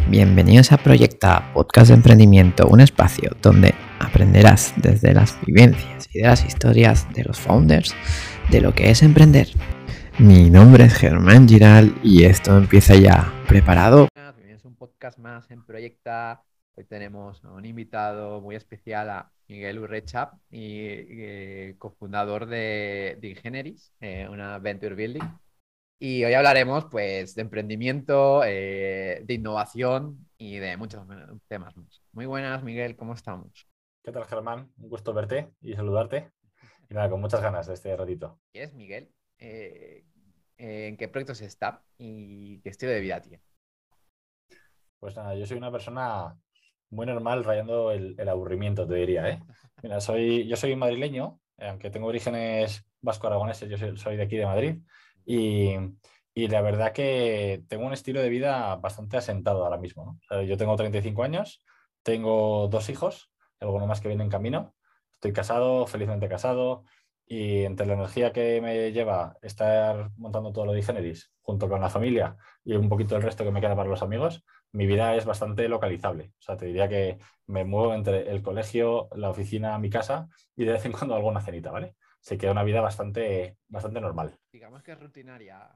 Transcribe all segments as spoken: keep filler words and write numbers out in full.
Bienvenidos a Proyecta, podcast de emprendimiento, un espacio donde aprenderás desde las vivencias y de las historias de los founders de lo que es emprender. Mi nombre es Germán Giral y esto empieza ya. ¿Preparado? Es un podcast más en Proyecta. Hoy tenemos a un invitado muy especial, a Miguel Urrecha, y, y, cofundador de, de Ingenieris, eh, una venture building. Y hoy hablaremos pues de emprendimiento, eh, de innovación y de muchos temas más. Muy buenas, Miguel, ¿cómo estamos? ¿Qué tal, Germán? Un gusto verte y saludarte. Y nada, con muchas ganas de este ratito. ¿Quién es Miguel? Eh, eh, ¿En qué proyectos está y qué estilo de vida tiene? Pues nada, yo soy una persona muy normal, rayando el, el aburrimiento, te diría, ¿eh? Mira, soy, yo soy madrileño, aunque tengo orígenes vasco-aragoneses, yo soy, soy de aquí de Madrid. Y, y la verdad que tengo un estilo de vida bastante asentado ahora mismo, ¿no? O sea, yo tengo treinta y cinco años, tengo dos hijos, alguno más que viene en camino. Estoy casado, felizmente casado, y entre la energía que me lleva estar montando todo lo de Igeneris junto con la familia y un poquito el resto que me queda para los amigos, mi vida es bastante localizable. O sea, te diría que me muevo entre el colegio, la oficina, mi casa y de vez en cuando alguna cenita, ¿vale? Se queda una vida bastante, bastante normal. Digamos que es rutinaria.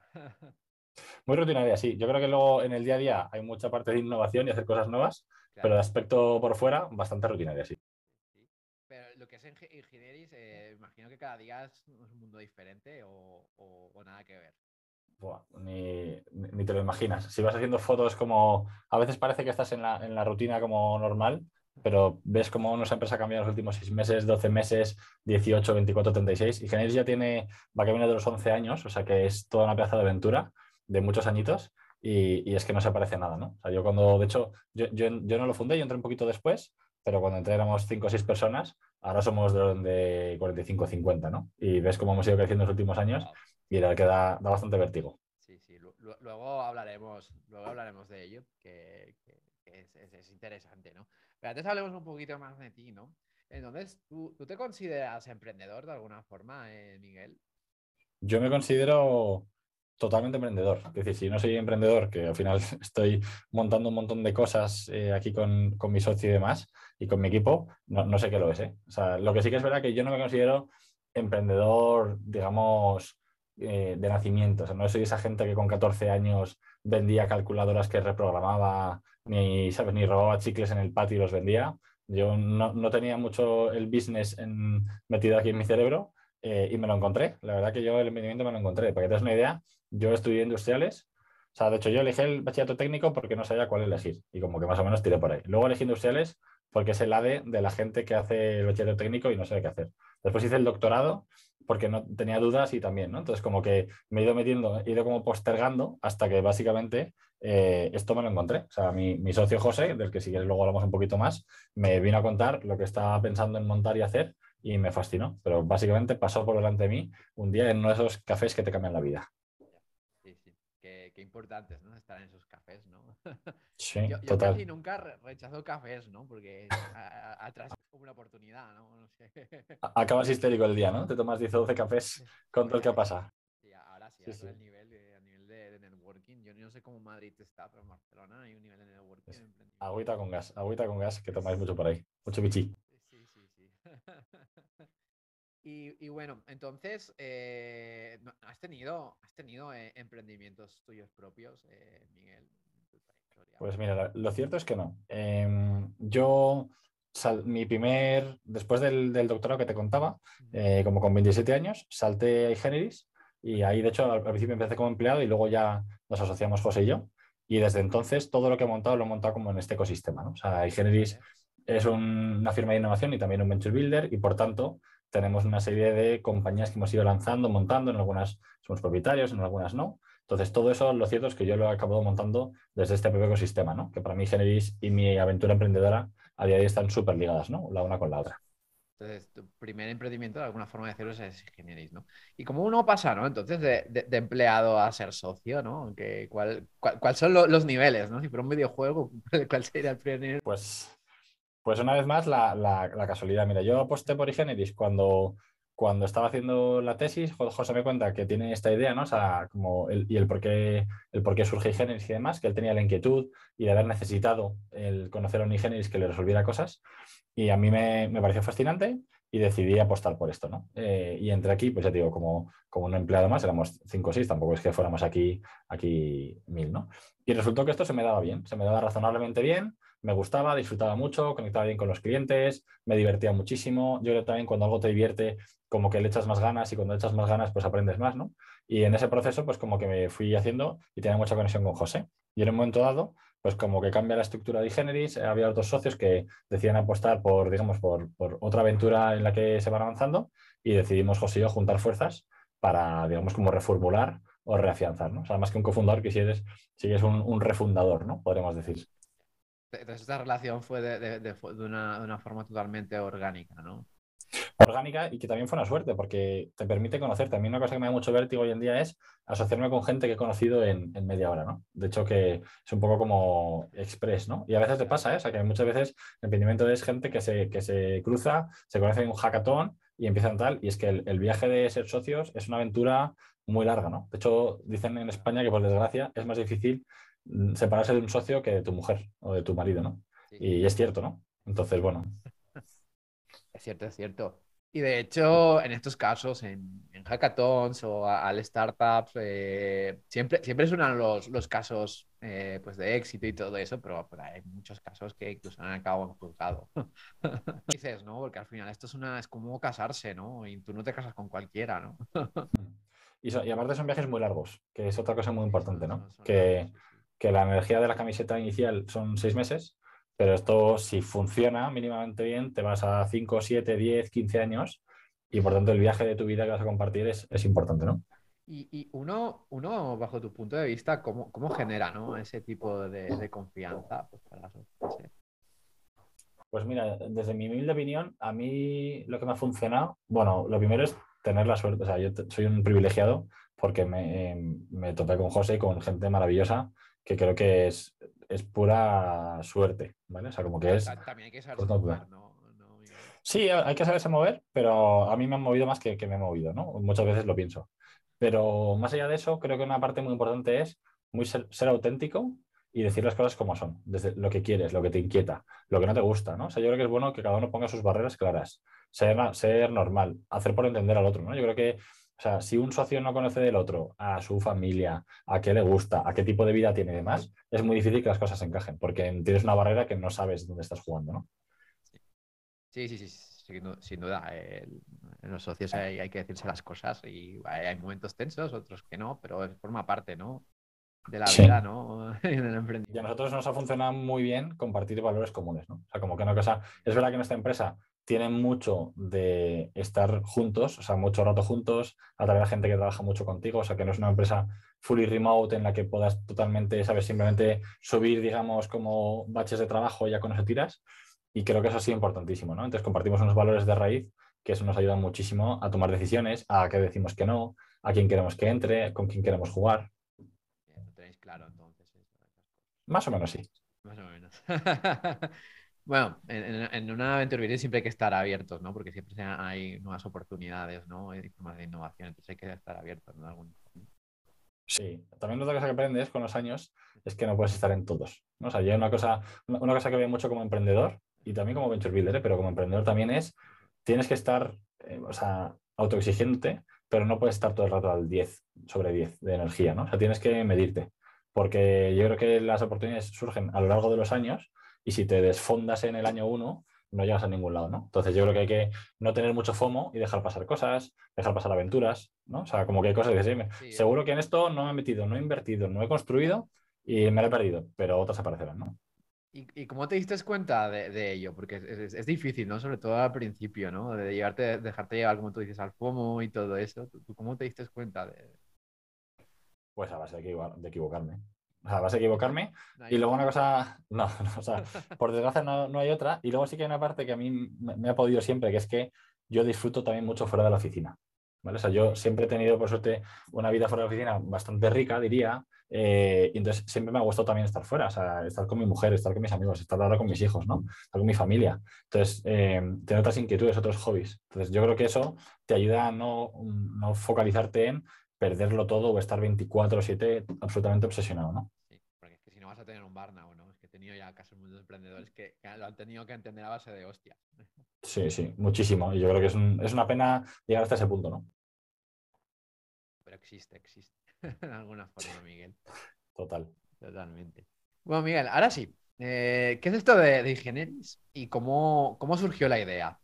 Muy rutinaria, sí. Yo creo que luego en el día a día hay mucha parte de innovación y hacer cosas nuevas, Claro. pero de aspecto por fuera, bastante rutinaria, sí. Sí. Pero lo que es Ingenieris, eh, imagino que cada día es un mundo diferente o, o, o nada que ver. Buah, ni, ni te lo imaginas. Si vas haciendo fotos como... A veces parece que estás en la, en la rutina como normal, pero ves cómo nuestra empresa ha cambiado en los últimos seis meses, doce meses, dieciocho, veinticuatro, treinta y seis. Y Genesis ya tiene, va camino de los once años, o sea que es toda una pieza de aventura de muchos añitos y, y es que no se parece a nada, ¿no? O sea, yo cuando, de hecho, yo, yo, yo no lo fundé, yo entré un poquito después, pero cuando entré éramos cinco o seis personas, ahora somos de, de cuarenta y cinco o cincuenta, ¿no? Y ves cómo hemos ido creciendo en los últimos años. Wow. Y la que da, da bastante vértigo. Sí, sí. Luego hablaremos, luego hablaremos de ello, que, que, que es, es, es, interesante, ¿no? Pero antes hablemos un poquito más de ti, ¿no? Entonces, ¿tú, tú te consideras emprendedor de alguna forma, eh, Miguel? Yo me considero totalmente emprendedor. Es decir, si no soy emprendedor, que al final estoy montando un montón de cosas eh, aquí con, con mi socio y demás, y con mi equipo, no, no sé qué lo es, ¿eh? O sea, lo que sí que es verdad que yo no me considero emprendedor, digamos, eh, de nacimiento. O sea, no soy esa gente que con catorce años vendía calculadoras que reprogramaba, ni, ¿sabes? Ni robaba chicles en el patio y los vendía. Yo no, no tenía mucho el business en, metido aquí en mi cerebro. Eh, y me lo encontré. La verdad que yo el emprendimiento me lo encontré. Para que te des una idea, yo estudié industriales. O sea, de hecho, yo elegí el bachillerato técnico porque no sabía cuál elegir. Y como que más o menos tiré por ahí. Luego elegí industriales porque es el A D de la gente que hace el bachillerato técnico y no sabe qué hacer. Después hice el doctorado porque no tenía dudas y también, ¿no? Entonces, como que me he ido metiendo, he ido como postergando hasta que básicamente eh, esto me lo encontré. O sea, mi, mi socio José, del que si quieres luego hablamos un poquito más, me vino a contar lo que estaba pensando en montar y hacer y me fascinó. Pero básicamente pasó por delante de mí un día en uno de esos cafés que te cambian la vida. Sí, sí. Qué, qué importantes, ¿no? Estar en esos cafés, ¿no? Sí, yo, yo total. casi nunca rechazo cafés, ¿no? Porque atrás es como una oportunidad, ¿no? No sé. Acabas histérico el día, ¿no? Te tomas diez o doce cafés con todo el que pasa. Sí, ahora sí, Sí, ahora con sí. el nivel, de, a nivel de, de networking. Yo no sé cómo Madrid está, pero en Barcelona hay un nivel de networking en emprendimiento. Agüita con gas, agüita con gas que tomáis mucho por ahí. Mucho bichi. Sí, sí, sí. Y, y bueno, entonces, eh, no- ¿has tenido, has tenido eh, emprendimientos tuyos propios, eh, Miguel, en tu trayectoria? Pues mira, lo cierto es que no. Eh, yo, sal- mi primer, después del, del doctorado que te contaba, Ujú. eh, como con veintisiete años, salté a Igeneris y ahí, de hecho, al, al principio empecé como empleado y luego ya nos asociamos José y yo. Y desde entonces todo lo que he montado lo he montado como en este ecosistema, ¿no? O sea, Igeneris Vale. es un- una firma de innovación y también un venture builder y por tanto tenemos una serie de compañías que hemos ido lanzando, montando, en algunas somos propietarios, en algunas no. Entonces, todo eso, lo cierto es que yo lo he acabado montando desde este propio ecosistema, ¿no? Que para mí Generis y mi aventura emprendedora a día de hoy están súper ligadas, ¿no? La una con la otra. Entonces, tu primer emprendimiento, de alguna forma de decirlo, es Ingenieris, ¿no? ¿Y cómo uno pasa, ¿no? Entonces, de, de- de empleado a ser socio, ¿no? Que, ¿cuál, cuál, cuál son lo- los niveles, ¿no? Si fuera un videojuego, ¿cuál sería el primer? Pues, pues una vez más la, la- la casualidad. Mira, yo aposté por Igeneris cuando, cuando estaba haciendo la tesis, Jo- José me cuenta que tiene esta idea, ¿no? O sea, como el, y el por qué, el por qué surge iGenesis y demás, que él tenía la inquietud y de haber necesitado el conocer a un iGenesis que le resolviera cosas. Y a mí me, me pareció fascinante y decidí apostar por esto, ¿no? Eh, y entré aquí, pues ya te digo, como, como un empleado más, éramos cinco o seis, tampoco es que fuéramos aquí, aquí mil, ¿no? Y resultó que esto se me daba bien, se me daba razonablemente bien, me gustaba, disfrutaba mucho, conectaba bien con los clientes, me divertía muchísimo. Yo creo también cuando algo te divierte, como que le echas más ganas y cuando le echas más ganas, pues aprendes más, ¿no? Y en ese proceso, pues como que me fui haciendo y tenía mucha conexión con José. Y en un momento dado, pues como que cambia la estructura de iGenesis, había otros socios que decían apostar por, digamos, por, por otra aventura en la que se van avanzando y decidimos José y yo juntar fuerzas para, digamos, como reformular o reafianzar, ¿no? O sea, más que un cofundador, que si eres, si eres un, un refundador, ¿no? Podríamos decir. Entonces, esta relación fue de, de- de fo- de una, de una forma totalmente orgánica, ¿no? Orgánica y que también fue una suerte porque te permite conocer. También una cosa que me da mucho vértigo hoy en día es asociarme con gente que he conocido en, en media hora, ¿no? De hecho, que es un poco como express, ¿no? Y a veces te pasa, ¿eh? O sea, que muchas veces el emprendimiento es gente que se, que se cruza, se conoce en un hackathon y empiezan tal. Y es que el, el viaje de ser socios es una aventura muy larga, ¿no? De hecho, dicen en España que por desgracia es más difícil mm, separarse de un socio que de tu mujer o de tu marido, ¿no? Sí, Y es cierto, ¿no? Entonces, bueno. es cierto, es cierto. Y de hecho, en estos casos, en, en hackathons o a- al startups, eh, siempre, siempre suenan los, los casos eh, pues de éxito y todo eso, pero, pero hay muchos casos que incluso han acabado en juzgado. Dices, ¿no? Porque al final esto es una, es como casarse, ¿no? Y tú no te casas con cualquiera, ¿no? Y, so- y aparte son viajes muy largos, que es otra cosa muy Sí, importante, son, ¿no? son, son largos, Que, sí, sí. que la energía de la camiseta inicial son seis meses, pero esto, si funciona mínimamente bien, te vas a cinco, siete, diez, quince años y por tanto el viaje de tu vida que vas a compartir es, es importante, ¿no? Y, y uno, uno, bajo tu punto de vista, ¿cómo, cómo genera, ¿no? ese tipo de, de confianza pues, para asociarse? Pues mira, desde mi humilde opinión, a mí lo que me ha funcionado, bueno, lo primero es tener la suerte, o sea, yo te- soy un privilegiado porque me, eh, me topé con José y con gente maravillosa que creo que es, es pura suerte, ¿vale? O sea, como que Ta- es ta- También hay que saberse fortuna. mover, ¿no? ¿No, Miguel? Sí, hay que saberse mover, pero a mí me han movido más que, que me he movido, ¿no? Muchas veces lo pienso. Pero más allá de eso, creo que una parte muy importante es muy ser, ser auténtico y decir las cosas como son, desde lo que quieres, lo que te inquieta, lo que no te gusta, ¿no? O sea, yo creo que es bueno que cada uno ponga sus barreras claras, ser, na- ser normal, hacer por entender al otro, ¿no? Yo creo que, o sea, si un socio no conoce del otro, a su familia, a qué le gusta, a qué tipo de vida tiene y demás, es muy difícil que las cosas se encajen, porque tienes una barrera que no sabes dónde estás jugando, ¿no? Sí, sí, sí, sí, sin du- sin duda. eh, en los socios hay, hay que decirse las cosas y hay, hay momentos tensos, otros que no, pero forma parte, ¿no? De la Sí. vida, ¿no? En el Y a emprendimiento. nosotros nos ha funcionado muy bien compartir valores comunes, ¿no? O sea, como que una cosa, es verdad que nuestra empresa tiene mucho de estar juntos, o sea, mucho rato juntos, a través de gente que trabaja mucho contigo, o sea, que no es una empresa fully remote en la que puedas totalmente, sabes, simplemente subir, digamos, como baches de trabajo y ya con eso tiras. Y creo que eso ha sido importantísimo, ¿no? Entonces compartimos unos valores de raíz que eso nos ayuda muchísimo a tomar decisiones, a qué decimos que no, a quién queremos que entre, con quién queremos jugar. Bien, lo tenéis claro, entonces. Esas cosas. Más o menos sí. Más o menos. Bueno, en, en- en una Venture Business siempre hay que estar abiertos, ¿no? Porque siempre se- hay nuevas oportunidades, ¿no? Hay formas de innovación, entonces hay que estar abiertos, ¿no? Algún- Sí, también otra cosa que aprendes con los años es que no puedes estar en todos, ¿no? O sea, yo una cosa, una una cosa que veo mucho como emprendedor y también como venture builder, ¿eh? Pero como emprendedor también es, tienes que estar, eh, o sea, autoexigente, pero no puedes estar todo el rato al diez sobre diez de energía, ¿no? O sea, tienes que medirte, porque yo creo que las oportunidades surgen a lo largo de los años y si te desfondas en el año uno, no llegas a ningún lado, ¿no? Entonces yo creo que hay que no tener mucho FOMO y dejar pasar cosas, dejar pasar aventuras, ¿no? O sea, como que hay cosas que sí, me- Sí, es- seguro que en esto no me he metido, no he invertido, no he construido y me lo he perdido, pero otras aparecerán, ¿no? ¿Y, y cómo te diste cuenta de, de ello? Porque es, es- es difícil, ¿no? Sobre todo al principio, ¿no? De llevarte, dejarte llevar, como tú dices, al FOMO y todo eso. ¿Tú, tú cómo te diste cuenta de...? Pues a base de, equivo- de equivocarme. O sea, a base de equivocarme. No hay Y luego otra. una cosa, no, no, o sea, por desgracia no, no hay otra. Y luego sí que hay una parte que a mí me, me ha podido siempre, que es que yo disfruto también mucho fuera de la oficina. ¿Vale? O sea, yo siempre he tenido, por suerte, una vida fuera de la oficina bastante rica, diría. Eh, y entonces siempre me ha gustado también estar fuera, o sea, estar con mi mujer, estar con mis amigos, estar ahora con mis hijos, ¿no? Estar con mi familia. Entonces, eh, tener otras inquietudes, otros hobbies. Entonces, yo creo que eso te ayuda a no, no focalizarte en perderlo todo o estar veinticuatro siete absolutamente obsesionado, ¿no? Sí, porque es que si no vas a tener un burnout, ¿no? Es que he tenido ya casos muchos emprendedores que, que lo han tenido que entender a base de hostias. Sí, sí, muchísimo. Y yo creo que es, un- es una pena llegar hasta ese punto, ¿no? Pero existe, existe. De alguna forma, Miguel. Total. Totalmente. Bueno, Miguel, ahora sí. Eh, ¿qué es esto de, de Ingenieris y cómo, cómo surgió la idea?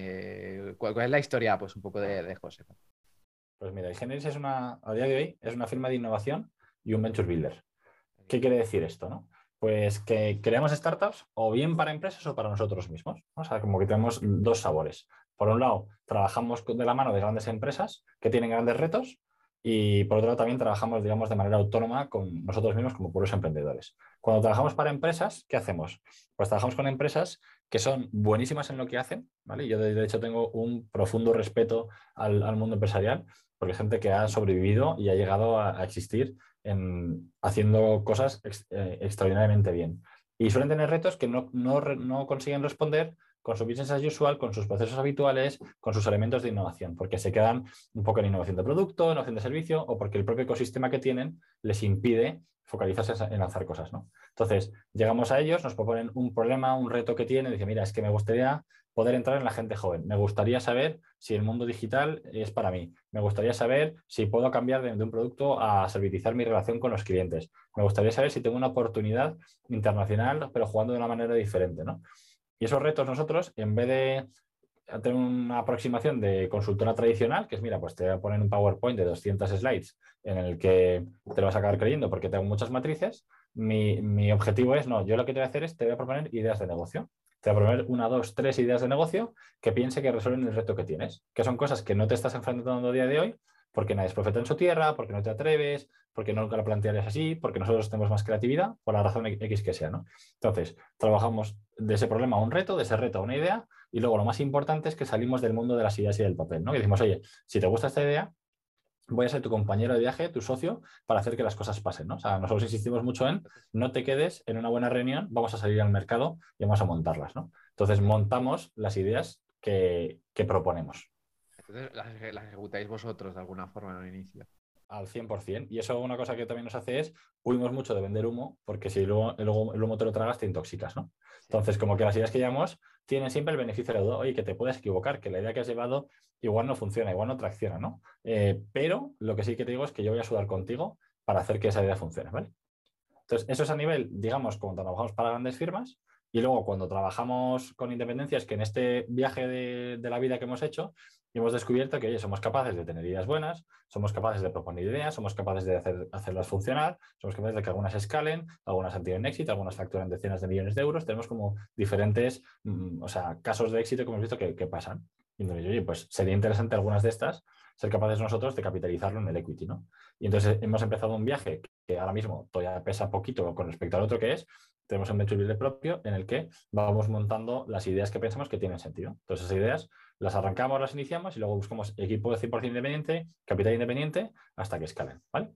Eh, ¿cuál, cuál es la historia, pues, un poco de, de José? Pues mira, Igeneris es una, a día de hoy, es una firma de innovación y un venture builder. ¿Qué quiere decir esto, no? Pues que creamos startups o bien para empresas o para nosotros mismos, ¿no? O sea, como que tenemos dos sabores. Por un lado, trabajamos de la mano de grandes empresas que tienen grandes retos y por otro lado también trabajamos, digamos, de manera autónoma con nosotros mismos como puros emprendedores. Cuando trabajamos para empresas, ¿qué hacemos? Pues trabajamos con empresas que son buenísimas en lo que hacen, ¿vale? Yo de hecho tengo un profundo respeto al, al mundo empresarial porque es gente que ha sobrevivido y ha llegado a, a existir en, haciendo cosas ex, eh, extraordinariamente bien. Y suelen tener retos que no, no, no consiguen responder con su business as usual, con sus procesos habituales, con sus elementos de innovación, porque se quedan un poco en innovación de producto, innovación de servicio, o porque el propio ecosistema que tienen les impide focalizarse en lanzar cosas, ¿no? Entonces, llegamos a ellos, nos proponen un problema, un reto que tienen, y dicen, mira, es que me gustaría poder entrar en la gente joven. Me gustaría saber si el mundo digital es para mí. Me gustaría saber si puedo cambiar de, de un producto a servitizar mi relación con los clientes. Me gustaría saber si tengo una oportunidad internacional, pero jugando de una manera diferente, ¿no? Y esos retos nosotros, en vez de tener una aproximación de consultora tradicional, que es, mira, pues te voy a poner un PowerPoint de doscientas slides en el que te lo vas a acabar creyendo porque tengo muchas matrices, mi, mi objetivo es, no, yo lo que te voy a hacer es, te voy a proponer ideas de negocio. Te voy a proponer una, dos, tres ideas de negocio que piense que resuelven el reto que tienes, que son cosas que no te estás enfrentando a día de hoy porque nadie es profeta en su tierra, porque no te atreves, porque nunca lo plantearías así, porque nosotros tenemos más creatividad, por la razón X que sea, ¿no? Entonces, trabajamos de ese problema a un reto, de ese reto a una idea, y luego lo más importante es que salimos del mundo de las ideas y del papel, ¿no? Y decimos, oye, si te gusta esta idea, voy a ser tu compañero de viaje, tu socio, para hacer que las cosas pasen, ¿no? O sea, nosotros insistimos mucho en Entonces, no te quedes en una buena reunión, vamos a salir al mercado y vamos a montarlas, ¿no? Entonces montamos las ideas que, que proponemos. entonces las, eje- las ejecutáis vosotros de alguna forma en un inicio. Al cien por ciento. Y eso una cosa que también nos hace es, huimos mucho de vender humo, porque si luego, luego el humo te lo tragas, te intoxicas, ¿no? Sí. Entonces, como que las ideas que llevamos tienen siempre el beneficio de la duda, oye, que te puedes equivocar, que la idea que has llevado igual no funciona, igual no tracciona, ¿no? Eh, pero lo que sí que te digo es que yo voy a sudar contigo para hacer que esa idea funcione, ¿vale? Entonces, eso es a nivel, digamos, cuando trabajamos para grandes firmas y luego cuando trabajamos con independencias, que en este viaje de, de la vida que hemos hecho, hemos descubierto que, oye, somos capaces de tener ideas buenas, somos capaces de proponer ideas, somos capaces de hacer, hacerlas funcionar, somos capaces de que algunas escalen, algunas tienen éxito, algunas facturan decenas de millones de euros. Tenemos como diferentes, mm, o sea, casos de éxito que hemos visto que, que pasan. Y entonces, oye, pues sería interesante algunas de estas ser capaces nosotros de capitalizarlo en el equity, ¿no? Y entonces hemos empezado un viaje que ahora mismo todavía pesa poquito con respecto al otro que es, tenemos un venture builder propio en el que vamos montando las ideas que pensamos que tienen sentido. Entonces esas ideas las arrancamos, las iniciamos y luego buscamos equipo de cien por ciento independiente, capital independiente, hasta que escalen, ¿vale?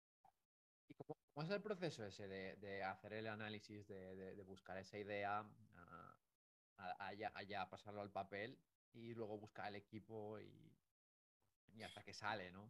¿Y cómo, cómo es el proceso ese de, de hacer el análisis, de, de- de buscar esa idea, a, a- allá, allá pasarlo al papel y luego buscar el equipo y, y hasta que sale, ¿no?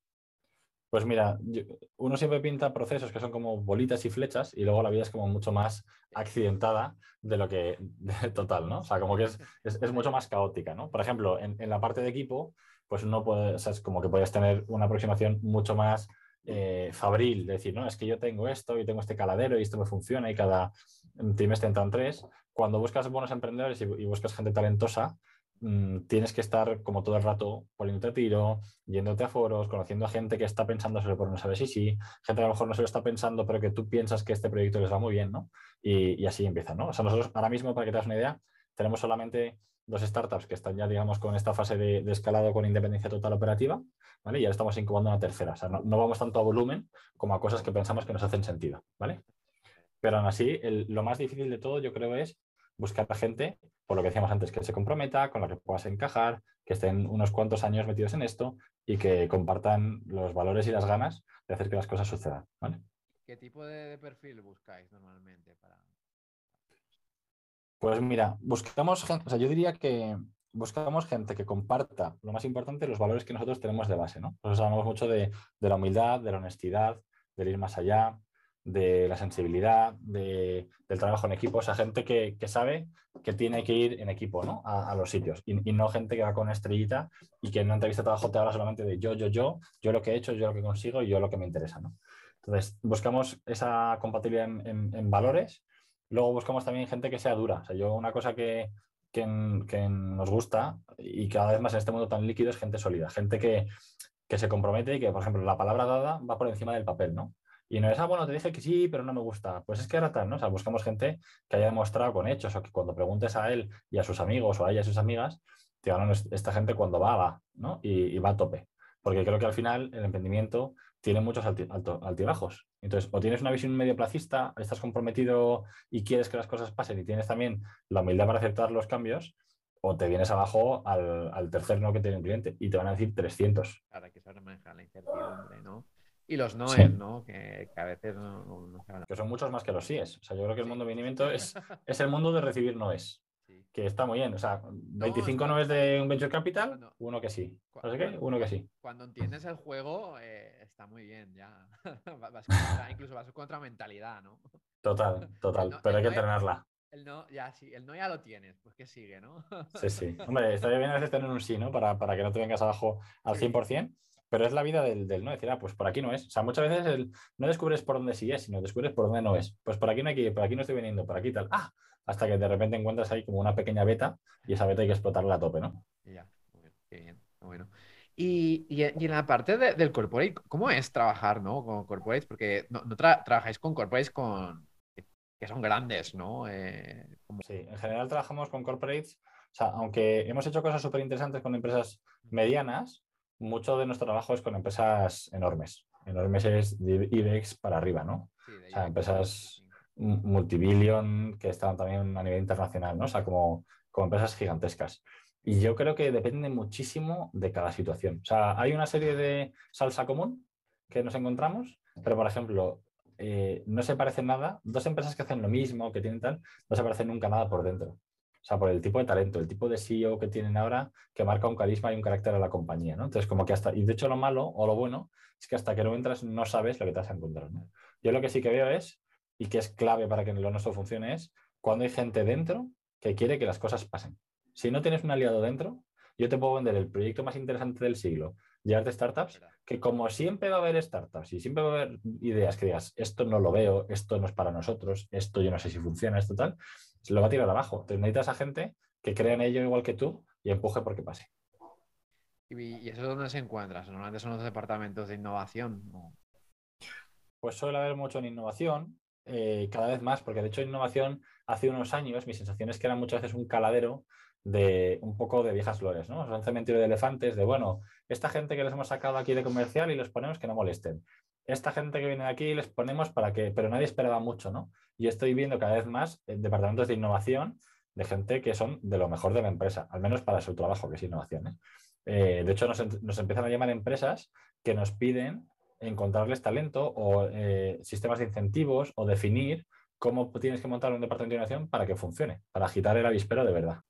Pues mira, yo- uno siempre pinta procesos que son como bolitas y flechas y luego la vida es como mucho más accidentada de lo que de total, ¿no? O sea, como que es, es, es mucho más caótica, ¿no? Por ejemplo, en, en la parte de equipo, pues uno puede, o sea, es como que puedes tener una aproximación mucho más eh, fabril, de decir, no, es que yo tengo esto y tengo este caladero y esto me funciona y cada trimestre entran tres. Cuando buscas buenos emprendedores y, y buscas gente talentosa, mm, tienes que estar como todo el rato poniéndote a tiro, yéndote a foros, conociendo a gente que está pensando sobre por no saber si sí, gente que a lo mejor no se lo está pensando, pero que tú piensas que este proyecto les va muy bien, ¿no? Y, y así empieza, ¿no? O sea, nosotros ahora mismo, para que te hagas una idea, tenemos solamente dos startups que están ya, digamos, con esta fase de, de escalado con independencia total operativa, ¿vale? Y ahora estamos incubando una tercera. O sea, no, no vamos tanto a volumen como a cosas que pensamos que nos hacen sentido, ¿vale? Pero aún así, el- lo más difícil de todo, yo creo, es buscar a gente, por lo que decíamos antes, que se comprometa, con la que puedas encajar, que estén unos cuantos años metidos en esto y que compartan los valores y las ganas de hacer que las cosas sucedan, ¿vale? ¿Qué tipo de, de perfil buscáis normalmente para...? Pues mira, buscamos gente, o sea, yo diría que buscamos gente que comparta, lo más importante, los valores que nosotros tenemos de base, ¿no? Nosotros hablamos mucho de, de la humildad, de la honestidad, del ir más allá, de la sensibilidad, de, del trabajo en equipo, o sea, gente que, que sabe que tiene que ir en equipo, ¿no? A, a los sitios y, y no gente que va con una estrellita y que en una entrevista de trabajo te habla solamente de yo, yo, yo, yo lo que he hecho, yo lo que consigo y yo lo que me interesa, ¿no? Entonces, buscamos esa compatibilidad en, en, en valores. Luego buscamos también gente que sea dura. O sea, yo una cosa que, que, que nos gusta y cada vez más en este mundo tan líquido es gente sólida, gente que, que se compromete y que, por ejemplo, la palabra dada va por encima del papel, ¿no? Y no es, ah, bueno, te dije que sí, pero no me gusta. Pues es que ahora tal, ¿no? O sea, buscamos gente que haya demostrado con hechos o que cuando preguntes a él y a sus amigos o a ella y a sus amigas, te digan, no, esta gente cuando va, va, ¿no? Y, y va a tope. Porque creo que al final el emprendimiento tiene muchos alti, alto, altibajos. Entonces, o tienes una visión medioplacista, estás comprometido y quieres que las cosas pasen y tienes también la humildad para aceptar los cambios, o te vienes abajo al, al tercer no que tiene un cliente y te van a decir trescientos. Para que saber manejar la incertidumbre, ¿no? Y los Sí. noes, ¿no? Que, que a veces no, no, no se hablan. Que son muchos más que los síes. O sea, yo creo que el Sí. mundo de emprendimiento es, es el mundo de recibir noes. Sí. Que está muy bien. O sea, veinticinco No, noes de un venture capital, cuando, uno que sí. cu- No sé qué, cuando, uno que sí. cuando entiendes el juego, eh, está muy bien, ya. Vas contra, incluso vas contra mentalidad, ¿no? Total, El total. no, Pero el hay que no ya, entrenarla. el no, ya sí, el no ya lo tienes, pues que sigue, ¿no? Sí, sí. Hombre, estaría bien a veces tener un sí, ¿no? Para, para que no te vengas abajo al Sí. cien por ciento, pero es la vida del, del no. Decir, ah, pues por aquí no es. O sea, muchas veces el, no descubres por dónde sí es, sino descubres por dónde no es. Pues por aquí no hay que ir, por aquí no estoy viniendo, por aquí tal. Ah, hasta que de repente encuentras ahí como una pequeña beta y esa beta hay que explotarla a tope, ¿no? Y ya, muy bien, qué bien, muy bueno. Y, y, y en la parte de- del corporate, ¿cómo es trabajar, ¿no? Con corporates? Porque no, no tra- trabajáis con corporates con, que, que son grandes, ¿no? Eh, como... Sí, en general trabajamos con corporates. O sea, aunque hemos hecho cosas súper interesantes con empresas medianas, mucho de nuestro trabajo es con empresas enormes. Enormes es de IBEX para arriba, ¿no? Sí, de O sea, IBEX empresas veinticinco. multibillion que están también a nivel internacional, ¿no? O sea, como, como empresas gigantescas. Y yo creo que depende muchísimo de cada situación. O sea, hay una serie de salsa común que nos encontramos, pero por ejemplo, eh, no se parecen nada. Dos empresas que hacen lo mismo, que tienen tal, no se parecen nunca nada por dentro. O sea, por el tipo de talento, el tipo de C E O que tienen ahora, que marca un carisma y un carácter a la compañía, ¿no? Entonces, como que hasta, y de hecho lo malo o lo bueno es que hasta que no entras no sabes lo que te vas a encontrar, ¿no? Yo lo que sí que veo es, y que es clave para que lo nuestro funcione, es cuando hay gente dentro que quiere que las cosas pasen. Si no tienes un aliado dentro, yo te puedo vender el proyecto más interesante del siglo, llevarte startups, ¿Verdad? que como siempre va a haber startups y siempre va a haber ideas que digas, esto no lo veo, esto no es para nosotros, esto yo no sé si funciona, esto tal, se lo va a tirar abajo. Te necesitas a gente que crea en ello igual que tú y empuje porque pase. ¿Y, y eso es donde se encuentra? Normalmente son los departamentos de innovación, ¿no? Pues suele haber mucho en innovación, eh, cada vez más, porque de hecho innovación hace unos años mi sensación es que era muchas veces un caladero de un poco de viejas flores, ¿no? Son un cementerio de elefantes de, bueno, esta gente que les hemos sacado aquí de comercial y les ponemos que no molesten. Esta gente que viene de aquí les ponemos para que, pero nadie esperaba mucho, ¿no? Y estoy viendo cada vez más eh, departamentos de innovación de gente que son de lo mejor de la empresa, al menos para su trabajo, que es innovación, ¿eh? Eh, de hecho, nos, nos empiezan a llamar empresas que nos piden encontrarles talento o eh, sistemas de incentivos o definir cómo tienes que montar un departamento de innovación para que funcione, para agitar el avispero de verdad.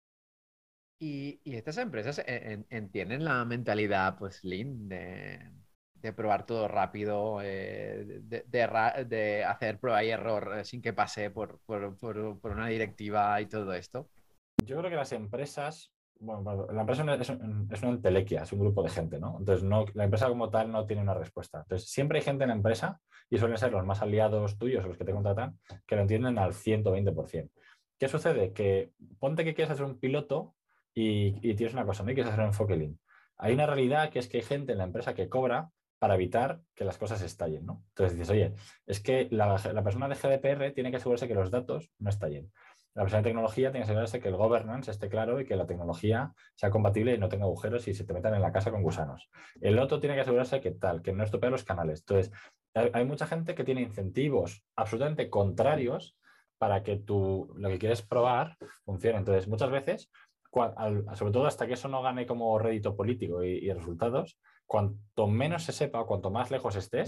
Y, y estas empresas en- en- entienden la mentalidad, pues, Lean, de, de probar todo rápido, eh, de, de ra- de hacer prueba y error eh, sin que pase por, por, por- por una directiva y todo esto. Yo creo que las empresas, bueno, bueno, la empresa es, un- es una entelequia, es un grupo de gente, ¿no? Entonces, no, la empresa como tal no tiene una respuesta. Entonces, siempre hay gente en la empresa, y suelen ser los más aliados tuyos, los que te contratan, que lo entienden al ciento veinte por ciento. ¿Qué sucede? Que ponte que quieres hacer un piloto y, y tienes una cosa, ¿no? Y quieres hacer un enfoque Lean. Hay una realidad que es que hay gente en la empresa que cobra para evitar que las cosas estallen, ¿no? Entonces dices, oye, es que la, la persona de G D P R tiene que asegurarse que los datos no estallen. La persona de tecnología tiene que asegurarse que el governance esté claro y que la tecnología sea compatible y no tenga agujeros y se te metan en la casa con gusanos. El otro tiene que asegurarse que tal, que no estropee los canales. Entonces, hay, hay mucha gente que tiene incentivos absolutamente contrarios para que tú lo que quieres probar funcione. Entonces, muchas veces, cua- al- sobre todo hasta que eso no gane como rédito político y, y resultados, cuanto menos se sepa o cuanto más lejos estés,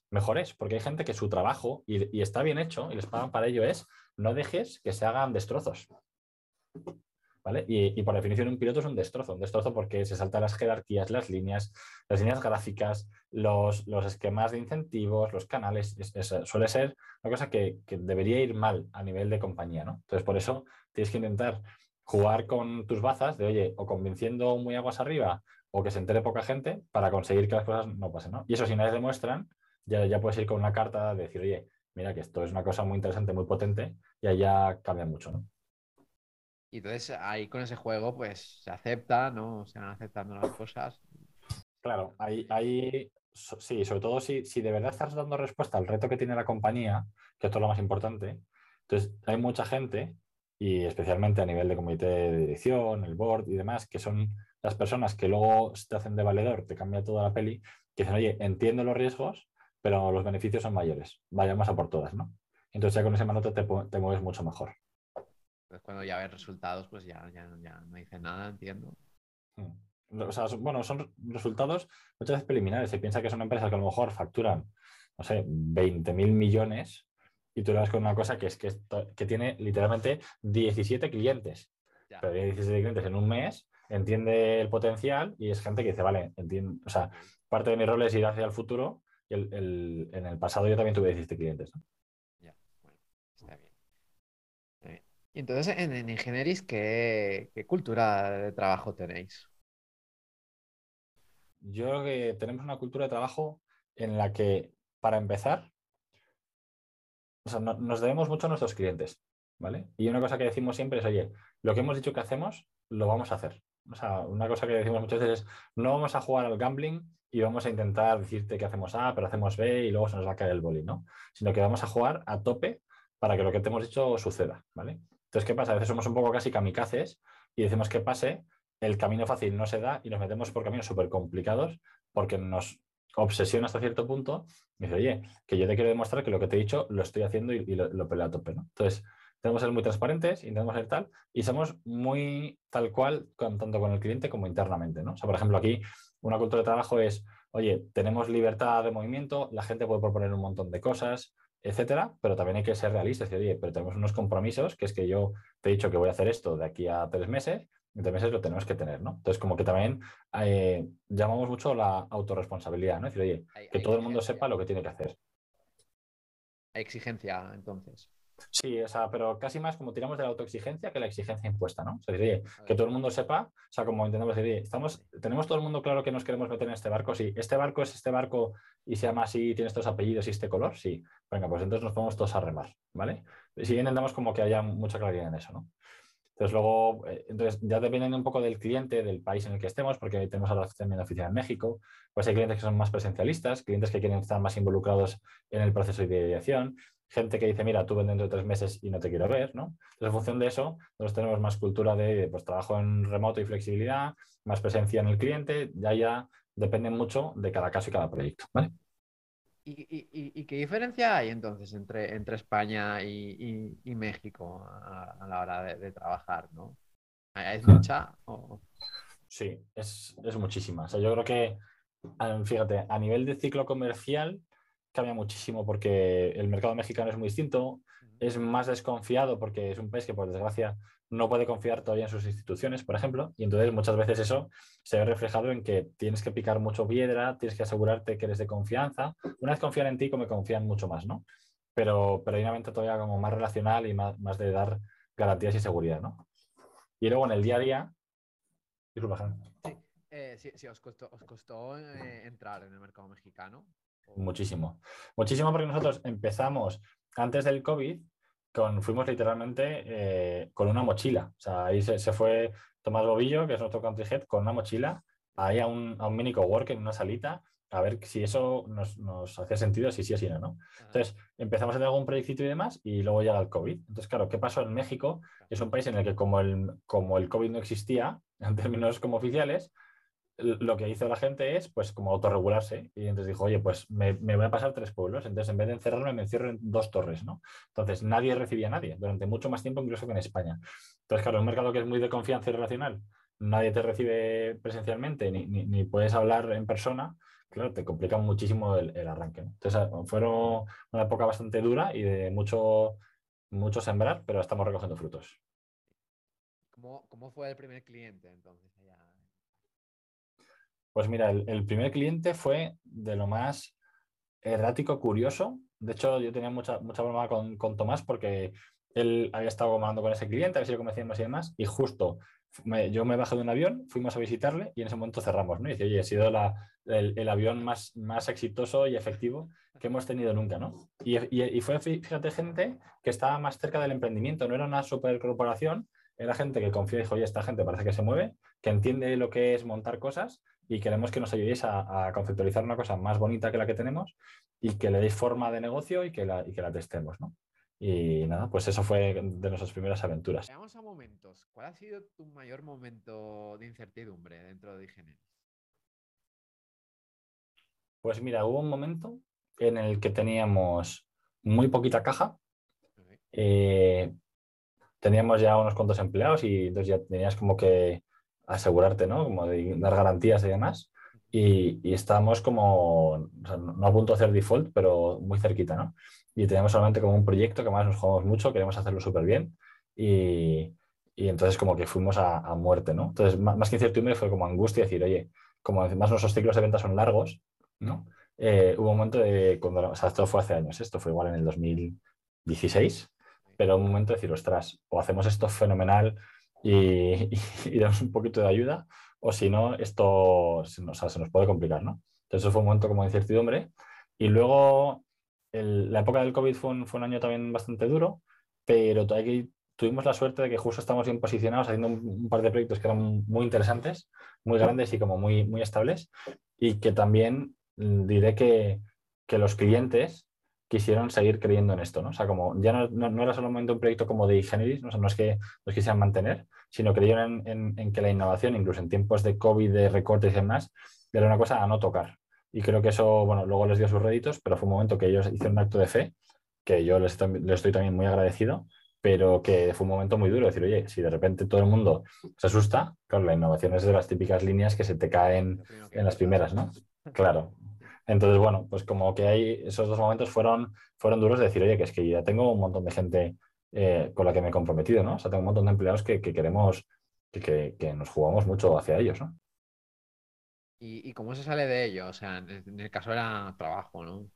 mejor es, porque hay gente que su trabajo, y, y está bien hecho, y les pagan para ello, es no dejes que se hagan destrozos. ¿Vale? Y, y por definición un piloto es un destrozo, un destrozo porque se saltan las jerarquías, las líneas, las líneas gráficas, los, los esquemas de incentivos, los canales. Es, es, suele ser una cosa que, que debería ir mal a nivel de compañía, ¿no? Entonces, por eso tienes que intentar jugar con tus bazas de, oye, o convenciendo muy aguas arriba o que se entere poca gente para conseguir que las cosas no pasen, ¿no? Y eso si nadie demuestran, ya, ya puedes ir con una carta de decir, oye, mira que esto es una cosa muy interesante, muy potente, y ahí ya cambia mucho, ¿no? Y entonces ahí con ese juego pues se acepta, ¿no? Se van aceptando las cosas. Claro, ahí, ahí so- sí, sobre todo si, si de verdad estás dando respuesta al reto que tiene la compañía, que esto es lo más importante. Entonces, hay mucha gente, y especialmente a nivel de comité de dirección, el board y demás, que son las personas que luego te hacen de valedor, te cambia toda la peli, que dicen, oye, entiendo los riesgos, pero los beneficios son mayores, vayamos a por todas, ¿no? Entonces ya con ese manote te, pu- te mueves mucho mejor. Pues cuando ya ves resultados, pues ya, ya, ya no dice nada, entiendo. Mm. O sea, son- bueno, son resultados muchas veces preliminares. Se piensa que son empresas que a lo mejor facturan, no sé, veinte mil millones y tú le vas con una cosa que es que, esto- que tiene literalmente diecisiete clientes. Ya. Pero diecisiete clientes en un mes, entiende el potencial y es gente que dice, vale, entiendo, o sea, Ok, parte de mi rol es ir hacia el futuro y el- el- en el pasado yo también tuve diecisiete clientes, ¿no? ya. Bueno, está bien. Está bien. Y entonces en, en Ingenieris, ¿qué, qué cultura de trabajo tenéis? Yo creo que tenemos una cultura de trabajo en la que, para empezar, o sea, no- nos debemos mucho a nuestros clientes, ¿vale? Y una cosa que decimos siempre es, oye, lo que hemos dicho que hacemos, lo vamos a hacer. O sea, una cosa que decimos muchas veces es, no vamos a jugar al gambling y vamos a intentar decirte que hacemos A, pero hacemos B y luego se nos va a caer el boli, ¿no? Sino que vamos a jugar a tope para que lo que te hemos dicho suceda, ¿vale? Entonces, ¿qué pasa? A veces somos un poco casi kamikazes y decimos que pase, el camino fácil no se da y nos metemos por caminos súper complicados porque nos obsesiona hasta cierto punto y dice, oye, que yo te quiero demostrar que lo que te he dicho lo estoy haciendo y, y lo, lo peleo a tope, ¿no? Entonces, tenemos que ser muy transparentes, intentamos ser tal, y somos muy tal cual, con, tanto con el cliente como internamente, ¿no? O sea, por ejemplo, aquí una cultura de trabajo es, oye, tenemos libertad de movimiento, la gente puede proponer un montón de cosas, etcétera, pero también hay que ser realistas, y, oye, pero tenemos unos compromisos, que es que yo te he dicho que voy a hacer esto de aquí a tres meses, en tres meses lo tenemos que tener, ¿no? Entonces, como que también eh, llamamos mucho la autorresponsabilidad, ¿no? Es decir, oye, Hay, que hay todo el mundo exigencia. sepa lo que tiene que hacer. Hay exigencia, entonces. Sí, o sea, pero casi más como tiramos de la autoexigencia que la exigencia impuesta, ¿no? O sea, decir, oye, que Vale, todo el mundo sepa, o sea, como intentamos decir, oye, vale. estamos, tenemos todo el mundo claro que nos queremos meter en este barco, sí, este barco es este barco y se llama así, tiene estos apellidos y este color, sí. Venga, pues entonces nos ponemos todos a remar, ¿vale? Y sí intentamos como que haya mucha claridad en eso, ¿no? Entonces, luego, eh, entonces ya dependiendo un poco del cliente, del país en el que estemos, porque tenemos ahora también la oficina en México, pues hay clientes que son más presencialistas, clientes que quieren estar más involucrados en el proceso de ideación, gente que dice, mira, tú ven dentro de tres meses y no te quiero ver, ¿no? Entonces, en función de eso, nosotros tenemos más cultura de pues, trabajo en remoto y flexibilidad, más presencia en el cliente, ya ya depende mucho de cada caso y cada proyecto, ¿vale? ¿Y, y- y- y qué diferencia hay entonces entre, entre España y, y- y México a, a la hora de, de trabajar, ¿no? ¿Hay mucha? O... Sí, es, es muchísima. O sea, yo creo que, ah, fíjate, a nivel de ciclo comercial cambia muchísimo porque el mercado mexicano es muy distinto, Ujú. es más desconfiado porque es un país que, por desgracia, no puede confiar todavía en sus instituciones, por ejemplo, y entonces muchas veces eso se ve reflejado en que tienes que picar mucho piedra, tienes que asegurarte que eres de confianza. Una vez confían en ti, como confían mucho más, ¿no? Pero, pero hay una mente todavía como más relacional y más, más de dar garantías y seguridad, ¿no? Y luego en el día a día, disculpa, Jan. Sí, eh, sí, sí, os costó, os costó eh, entrar en el mercado mexicano. O... Muchísimo. Muchísimo porque nosotros empezamos antes del COVID, con, fuimos literalmente eh, con una mochila. O sea, ahí se, se fue Tomás Bobillo, que es nuestro country head, con una mochila, ahí a un, a un mini cowork en una salita, a ver si eso nos, nos hacía sentido, si sí o si no, ¿no? Ajá, Entonces, empezamos a tener algún proyectito y demás, y luego llega el COVID. Entonces, claro, ¿qué pasó en México? claro. Es un país en el que como el, como el COVID no existía, en términos como oficiales, lo que hizo la gente es, pues, como autorregularse. Y entonces dijo, oye, pues me, me voy a pasar tres pueblos. Entonces, en vez de encerrarme, me encierro en dos torres, ¿no? Entonces, nadie recibía a nadie durante mucho más tiempo, incluso que en España. Entonces, claro, un mercado que es muy de confianza y relacional, nadie te recibe presencialmente ni, ni, ni puedes hablar en persona. claro, te complica muchísimo el, el arranque, ¿no? Entonces, fueron una época bastante dura y de mucho, mucho sembrar, pero estamos recogiendo frutos. ¿Cómo, cómo fue el primer cliente entonces allá? Pues mira, el, el primer cliente fue de lo más errático, curioso. De hecho, yo tenía mucha, mucha broma con, con Tomás porque él había estado hablando con ese cliente, a ver si lo conocíamos y demás, y justo me- yo me bajé de un avión, fuimos a visitarle y en ese momento cerramos, ¿no? Y dice, oye, ha sido la- el, el avión más, más exitoso y efectivo que hemos tenido nunca, ¿no? Y, y- y fue, fíjate, gente que estaba más cerca del emprendimiento, no era una supercorporación, era gente que confía y dijo, oye, esta gente parece que se mueve, que entiende lo que es montar cosas y queremos que nos ayudéis a, a conceptualizar una cosa más bonita que la que tenemos y que le deis forma de negocio y que la, y que la testemos, ¿no? Y nada, pues eso fue de nuestras primeras aventuras. Veamos a momentos. ¿Cuál ha sido tu mayor momento de incertidumbre dentro de Igeneris? Pues mira, hubo un momento en el que teníamos muy poquita caja, Ok. eh, teníamos ya unos cuantos empleados y entonces ya tenías como que asegurarte, ¿no? Como de dar garantías y demás. Y, y estábamos como, o sea, no no a punto de hacer default, pero muy cerquita, ¿no? Y teníamos solamente como un proyecto que más nos jugamos mucho, queríamos hacerlo súper bien y, y entonces como que fuimos a, a muerte, ¿no? Entonces, má- más que incertidumbre fue como angustia, decir, oye, como además nuestros ciclos de ventas son largos, ¿no? Eh, hubo un momento de, cuando, o sea, esto fue hace años, esto fue igual en el dos mil dieciséis, Ok. pero un momento de decir, ostras, o hacemos esto fenomenal y, y, y damos un poquito de ayuda, o si no, esto se nos, o sea, se nos puede complicar, ¿no? Entonces, eso fue un momento como de incertidumbre. Y luego, el- la época del COVID fue un, fue un año también bastante duro, pero todavía que tuvimos la suerte de que justo estamos bien posicionados haciendo un, un par de proyectos que eran muy interesantes, muy grandes y como muy, muy estables, y que también mm, diré que, que los clientes quisieron seguir creyendo en esto, ¿no? O sea, como ya no, no, no era solamente un proyecto como de Igeneris, ¿no? O sea, no es que los quisieran mantener, sino creyeron en, en, en que la innovación, incluso en tiempos de COVID, de recortes y demás, era una cosa a no tocar. Y creo que eso, bueno, luego les dio sus réditos, pero fue un momento que ellos hicieron un acto de fe, que yo les, les estoy también muy agradecido, pero que fue un momento muy duro, decir, oye, si de repente todo el mundo se asusta, claro, la innovación es de las típicas líneas que se te caen Lo primero que en las piensas. primeras, ¿no? Claro. Entonces, bueno, pues como que hay esos dos momentos fueron, fueron duros de decir, oye, que es que ya tengo un montón de gente eh, con la que me he comprometido, ¿no? O sea, tengo un montón de empleados que, que queremos, que, que, que nos jugamos mucho hacia ellos, ¿no? ¿Y, y cómo se sale de ello? O sea, en en el caso era trabajo, ¿no?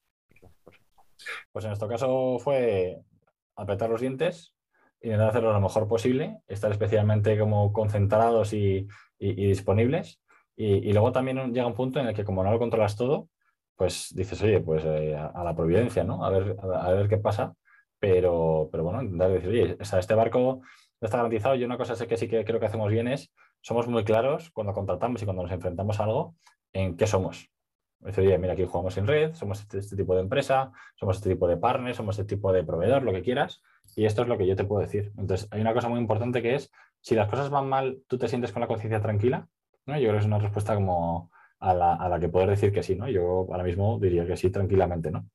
Pues en nuestro caso fue apretar los dientes, intentar hacerlo lo mejor posible, estar especialmente como concentrados y, y- y disponibles. Y, y luego también llega un punto en el que como no lo controlas todo, pues dices, oye, pues eh, a, a la providencia, ¿no? A ver, a, a ver qué pasa. Pero, pero bueno, intentar decir, oye, o sea, este barco no está garantizado. Yo una cosa sé que sí que creo que hacemos bien es, somos muy claros cuando contratamos y cuando nos enfrentamos a algo, en qué somos. Dice, oye, mira, aquí jugamos en red, somos este, este tipo de empresa, somos este tipo de partner, somos este tipo de proveedor, lo que quieras, y esto es lo que yo te puedo decir. Entonces, hay una cosa muy importante que es, si las cosas van mal, tú te sientes con la conciencia tranquila, ¿no? Yo creo que es una respuesta como a la, a la que poder decir que sí, ¿no? Yo ahora mismo diría que sí tranquilamente, ¿no?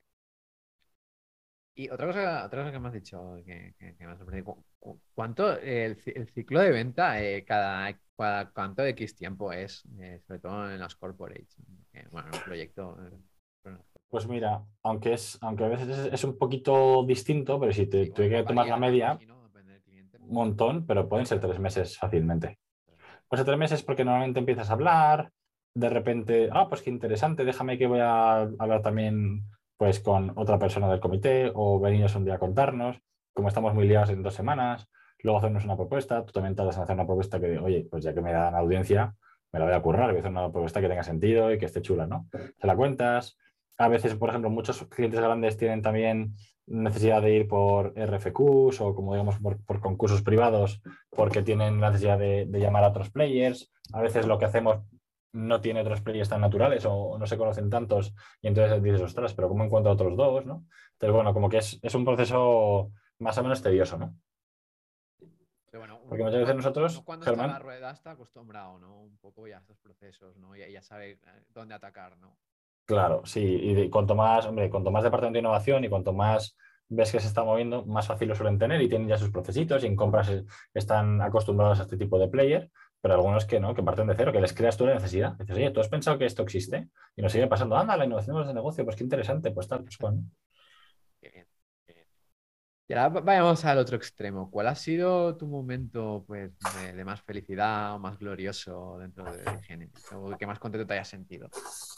Y otra cosa, otra cosa que me has dicho que, que- que me ha sorprendido, ¿cu- cu- ¿cuánto eh, el, ci- el ciclo de venta, eh, cada, cada cuánto X tiempo es, eh, sobre todo en las corporates? Eh, bueno, en un proyecto. eh, bueno, Pues mira, aunque es, aunque a veces es, es un poquito distinto, pero si te sí, tuve bueno, que tomar la varía, ¿no? media, Imagino, depende del cliente. un montón, pero pueden ser tres meses fácilmente. Pero, Pues a tres meses porque normalmente empiezas a hablar, de repente, ah, pues qué interesante, déjame que voy a hablar también pues con otra persona del comité o venirnos un día a contarnos, como estamos muy liados en dos semanas, luego hacernos una propuesta, tú también tardas en hacer una propuesta que, oye, pues ya que me dan audiencia, me la voy a currar, voy a hacer una propuesta que tenga sentido y que esté chula, ¿no? Se la cuentas. A veces, por ejemplo, muchos clientes grandes tienen también necesidad de ir por R F Qs o como digamos por, por concursos privados porque tienen la necesidad de, de llamar a otros players. A veces lo que hacemos no tiene otros players tan naturales o, o no se conocen tantos y entonces dices, ostras, pero ¿cómo encuentro a otros dos? ¿No? Entonces, bueno, como que es, es un proceso más o menos tedioso, ¿no? pero bueno, Porque uno, muchas veces cuando, uno nosotros, cuando está en la Germán, rueda está acostumbrado, ¿no? Un poco ya a estos procesos, ¿no? Ya, ya sabe eh, dónde atacar, ¿no? claro, sí, y de- cuanto más, hombre, cuanto más departamento de innovación y cuanto más ves que se está moviendo, más fácil lo suelen tener y tienen ya sus procesitos y en compras eh, están acostumbrados a este tipo de player. pero algunos que no, que parten de cero, que les creas tú la necesidad. Dices, oye, ¿tú has pensado que esto existe? Y nos sigue pasando, anda, la innovación de negocio, pues qué interesante, pues tal, pues cual. Qué bien, qué bien. Y ahora vayamos al otro extremo. ¿Cuál ha sido tu momento pues, de, de más felicidad o más glorioso dentro de Ingenieris? ¿O el que más contento te hayas sentido?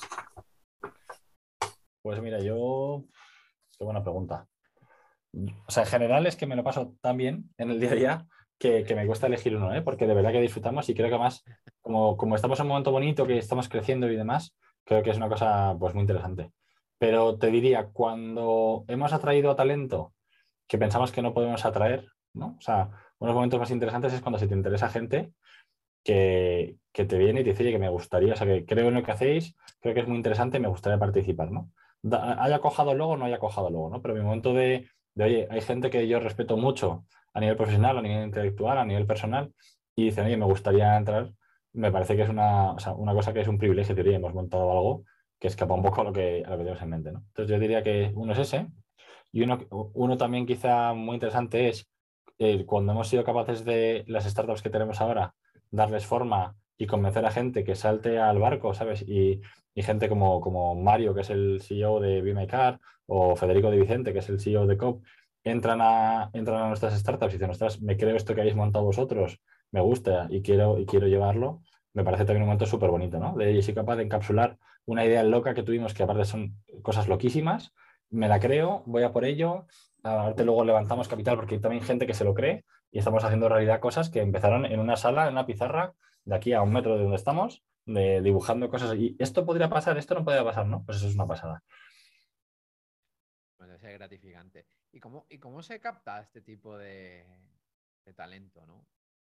Pues mira, yo, qué buena pregunta. O sea, en general es que me lo paso tan bien en el día a día que, que me cuesta elegir uno, ¿eh? Porque de verdad que disfrutamos y creo que además, como, como estamos en un momento bonito, que estamos creciendo y demás, creo que es una cosa pues muy interesante. Pero te diría, cuando hemos atraído talento que pensamos que no podemos atraer, ¿no? O sea, unos momentos más interesantes es cuando se te interesa gente que, que te viene y te dice, oye, que me gustaría, o sea, que creo en lo que hacéis, creo que es muy interesante y me gustaría participar, ¿no? Da- haya cojado luego o no haya cojado luego, ¿no? Pero mi momento de, de, oye, hay gente que yo respeto mucho a nivel profesional, a nivel intelectual, a nivel personal, y dicen, oye, me gustaría entrar, me parece que es una, o sea, una cosa que es un privilegio, diría, hemos montado algo que escapa un poco a lo que, a lo que tenemos en mente, ¿no? Entonces yo diría que uno es ese, y uno, uno también quizá muy interesante es eh, cuando hemos sido capaces de las startups que tenemos ahora, darles forma y convencer a gente que salte al barco, ¿sabes? Y, y gente como, como Mario, que es el C E O de Be My Car, o Federico Di Vicente, que es el C E O de Coop, entran a, entran a nuestras startups y dicen, ostras, me creo esto que habéis montado vosotros, me gusta y quiero, y quiero llevarlo. Me parece también un momento súper bonito, ¿no? De soy capaz de encapsular una idea loca que tuvimos, que aparte son cosas loquísimas, me la creo, voy a por ello. Aparte luego levantamos capital porque hay también gente que se lo cree y estamos haciendo realidad cosas que empezaron en una sala, en una pizarra, de aquí a un metro de donde estamos, de, dibujando cosas. Y esto podría pasar, esto no podría pasar, ¿no? Pues eso es una pasada. Bueno, debe ser gratificante. ¿Y cómo, y cómo se capta este tipo de, de talento, ¿no?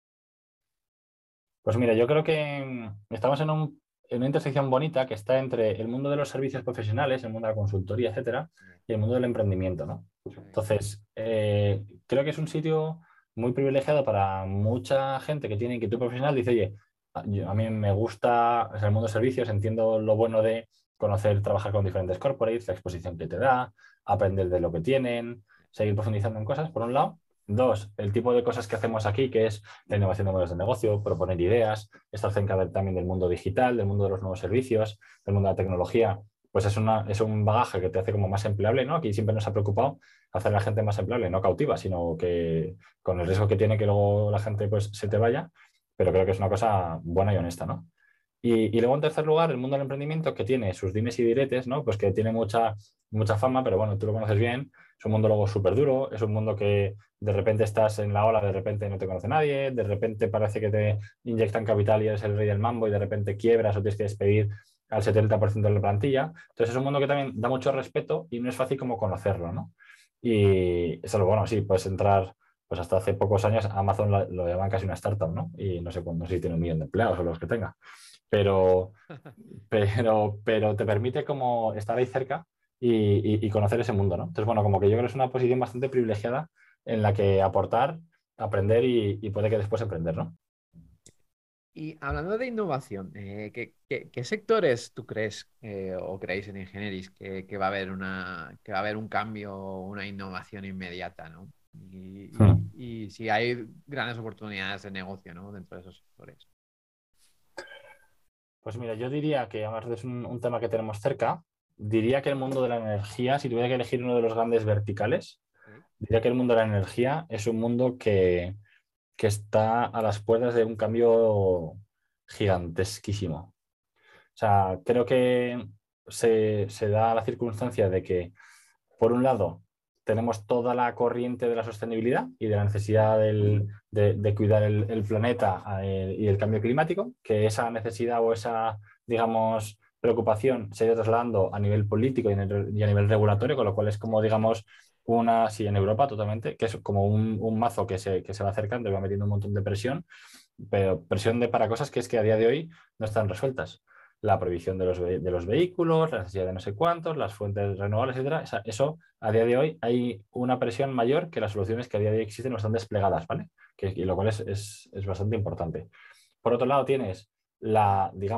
Pues mira, yo creo que mm, estamos en, un, en una intersección bonita que está entre el mundo de los servicios profesionales, el mundo de la consultoría, etcétera, Bien, y el mundo del emprendimiento, ¿no? bien. Entonces, eh, creo que es un sitio muy privilegiado para mucha gente que tiene inquietud profesional. Dice, oye, a, yo- a mí me gusta, o sea, el mundo de servicios, entiendo lo bueno de conocer, trabajar con diferentes corporates, la exposición que te da, aprender de lo que tienen, seguir profundizando en cosas, por un lado. Dos, el tipo de cosas que hacemos aquí, que es la innovación de modelos de negocio, proponer ideas, estar cerca de- también del mundo digital, del mundo de los nuevos servicios, del mundo de la tecnología, pues es, una, es un bagaje que te hace como más empleable, ¿no? Aquí siempre nos ha preocupado hacer a la gente más empleable, no cautiva, sino que con el riesgo que tiene que luego la gente pues se te vaya, pero creo que es una cosa buena y honesta, ¿no? Y, y luego, en tercer lugar, el mundo del emprendimiento, que tiene sus dimes y diretes, ¿no? Pues que tiene mucha, mucha fama, pero bueno, tú lo conoces bien. Es un mundo luego súper duro, es un mundo que de repente estás en la ola, de repente no te conoce nadie, de repente parece que te inyectan capital y eres el rey del mambo y de repente quiebras o tienes que despedir al setenta por ciento de la plantilla. Entonces es un mundo que también da mucho respeto y no es fácil como conocerlo, ¿no? Y eso, bueno, sí, puedes entrar, pues hasta hace pocos años Amazon lo, lo llaman casi una startup, ¿no? Y no sé cuándo, si tiene un millón de empleados o los que tenga, pero, pero, pero te permite como estar ahí cerca y, y- y conocer ese mundo, ¿no? Entonces, bueno, como que yo creo que es una posición bastante privilegiada en la que aportar, aprender y, y puede que después emprender, ¿no? Y hablando de innovación, eh, ¿qué, qué- qué sectores tú crees eh, o creéis en Ingenieris que, que va a haber una, que va a haber un cambio o una innovación inmediata, ¿no? Y, Hmm. y- y si hay grandes oportunidades de negocio, ¿no? Dentro de esos sectores. Pues mira, yo diría que, además es un, un tema que tenemos cerca, diría que el mundo de la energía, si tuviera que elegir uno de los grandes verticales, ¿Ok? diría que el mundo de la energía es un mundo que, que está a las puertas de un cambio gigantesquísimo. O sea, creo que se, se da la circunstancia de que, por un lado, tenemos toda la corriente de la sostenibilidad y de la necesidad del- de, de cuidar el, el planeta eh, y el cambio climático, que esa necesidad o esa, digamos, preocupación se ha ido trasladando a nivel político y, en el- y a nivel regulatorio, con lo cual es como, digamos, una, sí, en Europa totalmente, que es como un, un mazo que se, que se va acercando y va metiendo un montón de presión, pero presión de para cosas que es que a día de hoy no están resueltas. La prohibición de los, ve- de los vehículos, la necesidad de no sé cuántos, las fuentes renovables, etcétera. O sea, eso a día de hoy hay una presión mayor que las soluciones que a día de hoy existen no están desplegadas, ¿vale? Que, y lo cual es, es, es bastante importante. Por otro lado, tienes la, digamos,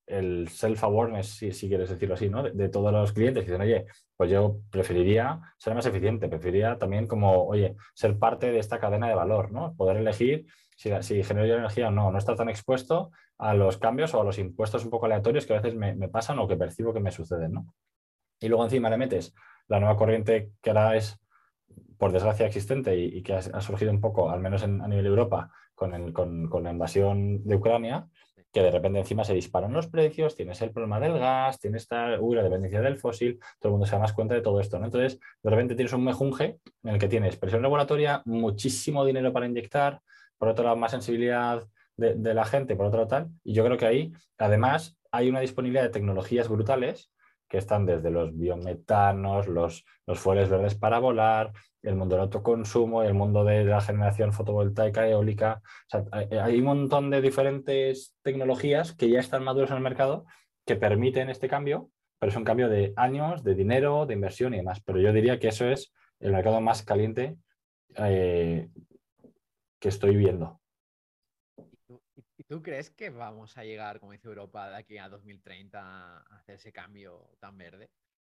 el self-awareness, si, si quieres decirlo así, ¿no? De, de todos los clientes. Y dicen, oye, pues yo preferiría ser más eficiente, preferiría también como, oye, ser parte de esta cadena de valor, ¿no? Poder elegir si, si genero yo energía o no, no estar tan expuesto a los cambios o a los impuestos un poco aleatorios que a veces me, me pasan o que percibo que me suceden, ¿no? Y luego encima le metes la nueva corriente que ahora es, por desgracia, existente y, y que ha, ha, surgido un poco, al menos en, a nivel Europa, con, el, con, con la invasión de Ucrania, que de repente encima se disparan los precios, tienes el problema del gas, tienes esta, uy, la dependencia del fósil, todo el mundo se da más cuenta de todo esto, ¿no? Entonces, de repente tienes un mejunje en el que tienes presión regulatoria, muchísimo dinero para inyectar, por otro lado, más sensibilidad de, de la gente, por otro lado, tal, y yo creo que ahí, además, hay una disponibilidad de tecnologías brutales que están desde los biometanos, los, los fueles verdes para volar, el mundo del autoconsumo, el mundo de la generación fotovoltaica, eólica. O sea, hay, hay un montón de diferentes tecnologías que ya están maduras en el mercado que permiten este cambio, pero es un cambio de años, de dinero, de inversión y demás. Pero yo diría que eso es el mercado más caliente eh, que estoy viendo. ¿Y tú, y tú crees que vamos a llegar, como dice Europa, de aquí a dos mil treinta a hacer ese cambio tan verde?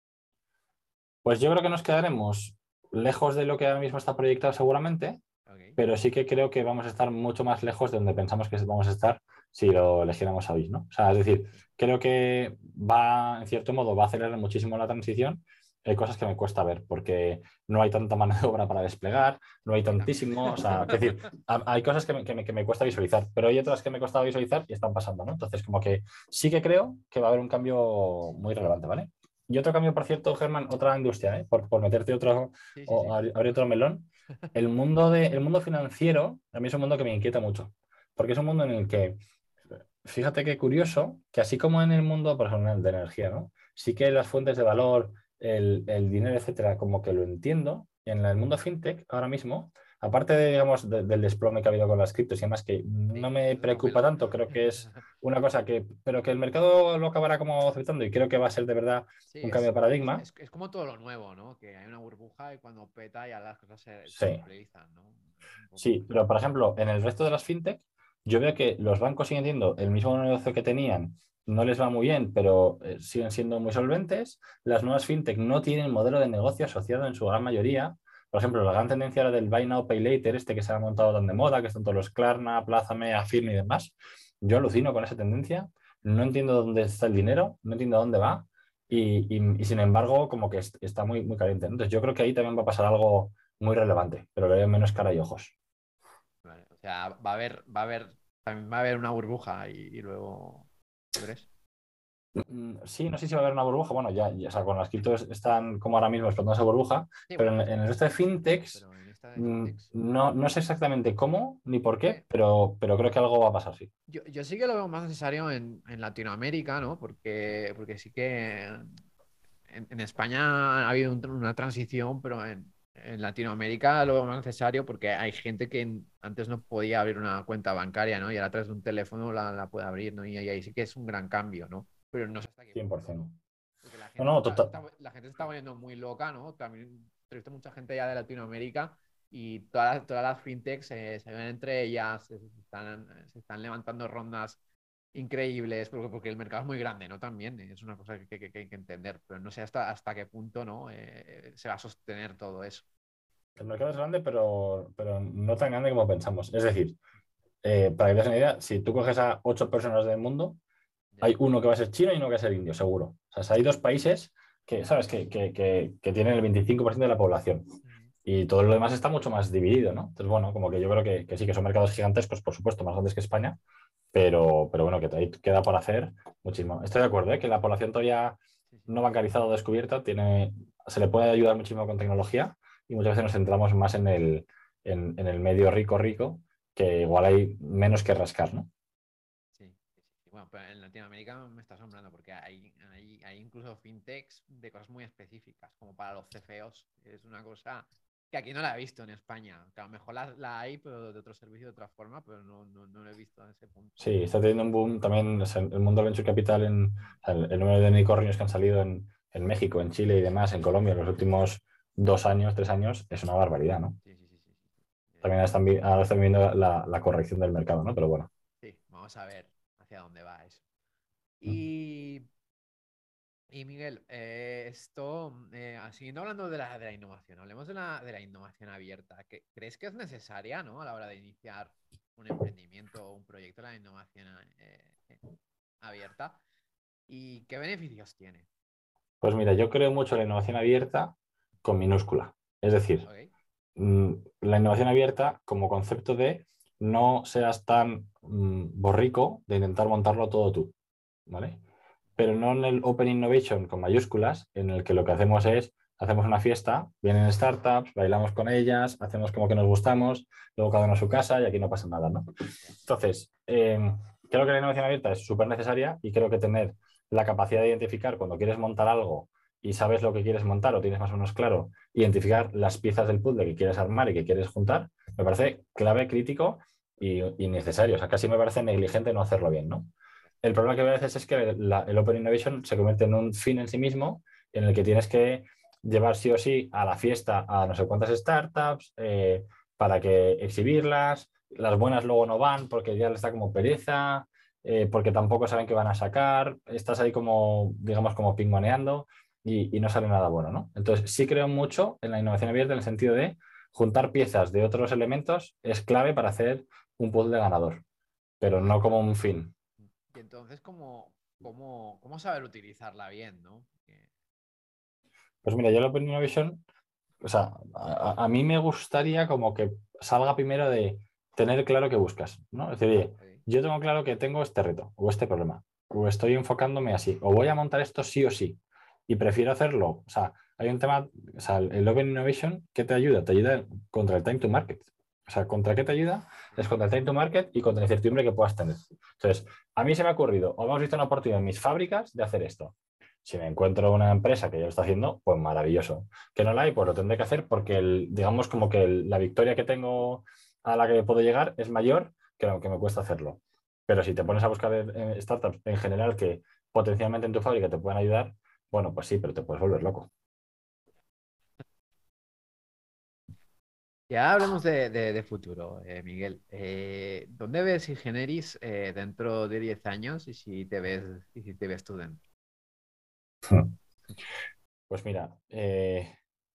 Pues yo creo que nos quedaremos lejos de lo que ahora mismo está proyectado seguramente, Okay. pero sí que creo que vamos a estar mucho más lejos de donde pensamos que vamos a estar si lo eligiéramos hoy, ¿no? O sea, es decir, creo que va, en cierto modo, va a acelerar muchísimo la transición. Hay cosas que me cuesta ver porque no hay tanta mano de obra para desplegar, no hay tantísimo, o sea, es decir, hay cosas que me, que, me, que me cuesta visualizar, pero hay otras que me cuesta visualizar y están pasando, ¿no? Entonces, como que sí que creo que va a haber un cambio muy relevante, ¿vale? Y otro cambio, por cierto, Germán, otra industria, ¿eh? por, por meterte otro, Sí, sí, o sí. abrir otro melón. El mundo, de, el mundo financiero a mí es un mundo que me inquieta mucho, porque es un mundo en el que, fíjate qué curioso, que así como en el mundo, por ejemplo, de energía, ¿no? Sí que las fuentes de valor, el, el dinero, etcétera, como que lo entiendo. En el mundo fintech, ahora mismo, aparte de, digamos, de, del desplome que ha habido con las criptos y demás, que Sí, no me eso está muy preocupa loco. tanto, creo que es una cosa que, pero que el mercado lo acabará como aceptando y creo que va a ser de verdad Sí, un cambio es, de paradigma. es, es como todo lo nuevo, ¿no? Que hay una burbuja y cuando peta ya las cosas se, se Sí, estabilizan, ¿no? Un poco sí, eso. pero por ejemplo, en el resto de las fintech, yo veo que los bancos siguen teniendo el mismo negocio que tenían, no les va muy bien, pero eh, siguen siendo muy solventes. Las nuevas fintech no tienen modelo de negocio asociado en su gran mayoría. Por ejemplo, la gran tendencia era del Buy Now, Pay Later, este que se ha montado tan de moda, que están todos los Klarna, Plázame, Affirm y demás. Yo alucino con esa tendencia, no entiendo dónde está el dinero, no entiendo dónde va y, y- y sin embargo como que est- está muy, muy caliente. Entonces yo creo que ahí también va a pasar algo muy relevante, pero le veo menos cara y ojos. Vale, o sea, va a haber, va a haber, también va a haber una burbuja y, y luego, ¿tú crees? Mm, Sí, no sé si va a haber una burbuja. Bueno, ya, ya o sea, con las criptos están como ahora mismo explotando esa burbuja, Sí, pero bueno, en, eso, en el eso, resto de eso seguro, fintechs pero en esta de mm, fintechs. no, no sé exactamente cómo ni por qué, eh, pero, pero creo que algo va a pasar, sí. Yo, yo sí que lo veo más necesario en, en Latinoamérica, ¿no? Porque, porque sí que en, en España ha habido un- una transición, pero en, en Latinoamérica lo veo más necesario porque hay gente que en- antes no podía abrir una cuenta bancaria, ¿no? Y ahora a través de un teléfono la, la puede abrir, ¿no? Y ahí, ahí sí que es un gran cambio, ¿no? Pero no sé hasta qué punto, cien por ciento. ¿no? Porque la No, gente se no, está, se total. está- la gente se está volviendo muy loca, ¿no? También he visto mucha gente ya de Latinoamérica y todas las, todas las fintechs eh, se ven entre ellas, se están, se están levantando rondas increíbles, porque, porque el mercado es muy grande, ¿no? También eh, es una cosa que, que- que hay que entender, pero no sé hasta, hasta qué punto, ¿no? Eh, se va a sostener todo eso. El mercado es grande, pero, pero no tan grande como pensamos. Es decir, eh, para que te des una idea, si tú coges a ocho personas del mundo, Ya. hay uno que va a ser chino y uno que va a ser indio, seguro. O sea, hay dos países que, ¿sabes? Que, que, que, que tienen el veinticinco por ciento de la población. Ujú. Y todo lo demás está mucho más dividido, ¿no? Entonces, bueno, como que yo creo que, que sí, que son mercados gigantescos, por supuesto, más grandes que España, pero, pero bueno, que ahí queda por hacer muchísimo. Estoy de acuerdo, ¿eh? Que la población todavía Sí, sí. no bancarizada o descubierta tiene, se le puede ayudar muchísimo con tecnología y muchas veces nos centramos más en el, en, en el medio rico rico, que igual hay menos que rascar, ¿no? Sí, sí, sí. Bueno, pero en Latinoamérica me está asombrando porque hay, hay, hay incluso fintechs de cosas muy específicas, como para los C F Os. Es una cosa que aquí no la he visto en España. Que a lo mejor la, la hay, pero de otro servicio de otra forma, pero no, no, no lo he visto en ese punto. Sí, está teniendo un boom también o sea, el mundo del venture capital, en, o Mm. sea, el, el número de unicornios que han salido en, en México, en Chile y demás, en Colombia en los últimos dos años, tres años, es una barbaridad, ¿no? Sí, sí, sí, sí, sí, sí. También Eh, están, vi- ahora están viendo la, la corrección del mercado, ¿no? Pero bueno. sí, vamos a ver hacia dónde va eso. Y, y Miguel, eh, esto, eh, siguiendo hablando de la, de la innovación, hablemos de la, de la innovación abierta. ¿Qué- ¿Crees que es necesaria, ¿no? A la hora de iniciar un emprendimiento o un proyecto, la innovación eh, eh, abierta? ¿Y qué beneficios tiene? Pues mira, yo creo mucho en la innovación abierta con minúscula. Es decir, ¿Ok? mm, la innovación abierta como concepto de no seas tan mm, borrico de intentar montarlo todo tú, ¿vale? Pero no en el Open Innovation con mayúsculas, en el que lo que hacemos es, hacemos una fiesta, vienen startups, bailamos con ellas, hacemos como que nos gustamos, luego cada uno a su casa y aquí no pasa nada, ¿no? Ya. Entonces, eh, creo que la innovación abierta es súper necesaria y creo que tener la capacidad de identificar cuando quieres montar algo y sabes lo que quieres montar o tienes más o menos claro, identificar las piezas del puzzle que quieres armar y que quieres juntar, me parece clave, crítico y, y necesario. O sea, casi me parece negligente no hacerlo bien, ¿no? El problema que veo a veces es que la- el Open Innovation se convierte en un fin en sí mismo, en el que tienes que llevar sí o sí a la fiesta a no sé cuántas startups eh, para que exhibirlas. Las buenas luego no van porque ya les da como pereza, eh, porque tampoco saben qué van a sacar. Estás ahí como, digamos, como pingoneando y, y no sale nada bueno, ¿no? Entonces, sí creo mucho en la innovación abierta en el sentido de juntar piezas de otros elementos es clave para hacer un puzzle ganador, pero no como un fin. Y entonces, ¿cómo, cómo, cómo saber utilizarla bien, ¿no? Eh, Pues mira, yo la Open Innovation, o sea, a, a mí me gustaría como que salga primero de tener claro qué buscas, ¿no? Es decir, oye, ok. yo tengo claro que tengo este reto o este problema, o estoy enfocándome así, o voy a montar esto sí o sí, y prefiero hacerlo. O sea, hay un tema, o sea, el Open Innovation, ¿qué te ayuda? Te ayuda contra el time to market. O sea, ¿contra qué te ayuda? Sí. Es contra el time to market y contra la incertidumbre que puedas tener. Entonces, a mí se me ha ocurrido, o hemos visto una oportunidad en mis fábricas de hacer esto. Si me encuentro una empresa que ya lo está haciendo, pues maravilloso. Que no la hay, pues lo tendré que hacer porque, el, digamos, como que el- la victoria que tengo a la que puedo llegar es mayor que lo que me cuesta hacerlo. Pero si te pones a buscar eh, startups en general que potencialmente en tu fábrica te puedan ayudar, bueno, pues sí, pero te puedes volver loco. Ya hablemos de, de- de futuro, eh, Miguel. Eh, ¿dónde ves Ingenieris eh, dentro de diez años y si te ves, y si te ves tú dentro? Pues mira, eh,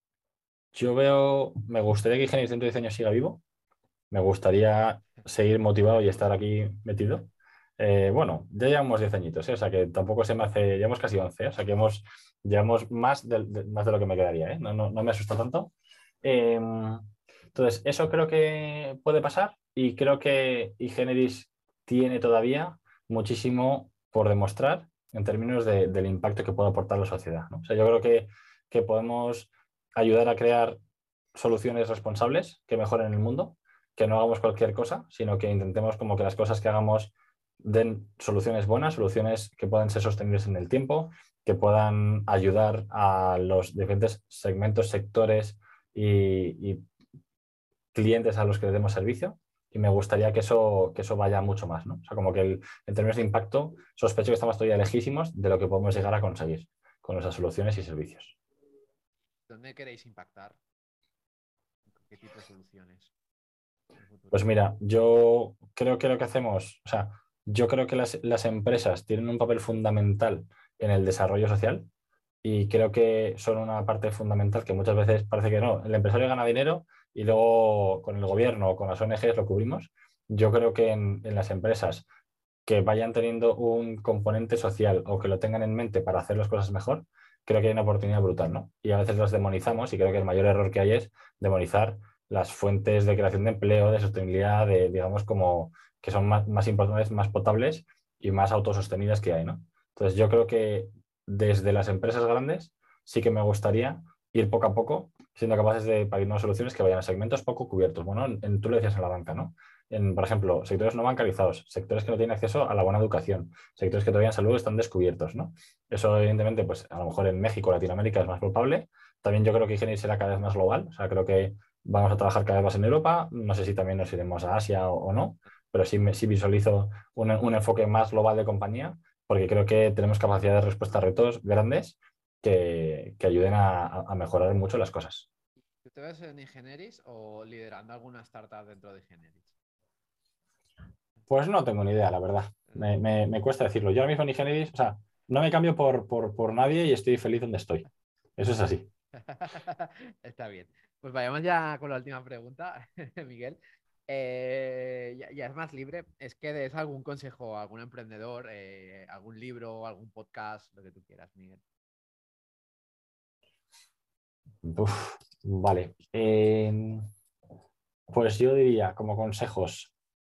yo veo, me gustaría que Ingeniería dentro de diez años siga vivo. Me gustaría seguir motivado y estar aquí metido. Eh, bueno, ya llevamos diez añitos, ¿eh? O sea que tampoco se me hace, llevamos casi once, ¿eh? O sea que hemos, llevamos más de, de- más de lo que me quedaría, ¿eh? No, no, no me asusta tanto. Eh, entonces, eso creo que puede pasar y creo que iGeneris tiene todavía muchísimo por demostrar en términos de- del impacto que puede aportar la sociedad, ¿no? O sea, yo creo que, que podemos ayudar a crear soluciones responsables que mejoren el mundo, que no hagamos cualquier cosa, sino que intentemos como que las cosas que hagamos den soluciones buenas, soluciones que puedan ser sostenibles en el tiempo, que puedan ayudar a los diferentes segmentos, sectores y, y clientes a los que le demos servicio. Y me gustaría que eso, que eso vaya mucho más, ¿no? O sea, como que el, en términos de impacto, sospecho que estamos todavía lejísimos de lo que podemos llegar a conseguir con nuestras soluciones y servicios. ¿Dónde queréis impactar? ¿Qué tipo de soluciones en el futuro? Pues mira, yo creo que lo que hacemos, o sea, yo creo que las, las empresas tienen un papel fundamental en el desarrollo social y creo que son una parte fundamental que muchas veces parece que no. El empresario gana dinero y luego con el gobierno o con las O N Ges lo cubrimos. Yo creo que en, en las empresas que vayan teniendo un componente social o que lo tengan en mente para hacer las cosas mejor, creo que hay una oportunidad brutal, ¿no? Y a veces las demonizamos y creo que el mayor error que hay es demonizar las fuentes de creación de empleo, de sostenibilidad, de, digamos, como que son más, más importantes, más potables y más autosostenidas que hay, ¿no? Entonces yo creo que desde las empresas grandes sí que me gustaría ir poco a poco siendo capaces de parir unas soluciones que vayan a segmentos poco cubiertos. Bueno, en, en, tú lo decías en la banca, ¿no? En, por ejemplo, sectores no bancarizados, sectores que no tienen acceso a la buena educación, sectores que todavía en salud están descubiertos, ¿no? Eso, evidentemente, pues a lo mejor en México o Latinoamérica es más palpable. También yo creo que Ingeniería será cada vez más global, o sea, creo que vamos a trabajar cada vez más en Europa, no sé si también nos iremos a Asia o, o no, pero sí, me, sí visualizo un, un enfoque más global de compañía, porque creo que tenemos capacidad de respuesta a retos grandes que, que ayuden a, a mejorar mucho las cosas. ¿Tú te ves en Ingenieris o liderando alguna startup dentro de Ingenieris? Pues no tengo ni idea, la verdad. Me, me- me cuesta decirlo. Yo ahora mismo en Ingenieris, o sea, no me cambio por, por, por nadie y estoy feliz donde estoy. Eso es así. Está bien. Pues vayamos ya con la última pregunta, Miguel. Eh, ya, ya es más libre. Es que des algún consejo a algún emprendedor, eh, algún libro, algún podcast, lo que tú quieras, Miguel. Uf, vale. Eh, pues yo diría, como consejos,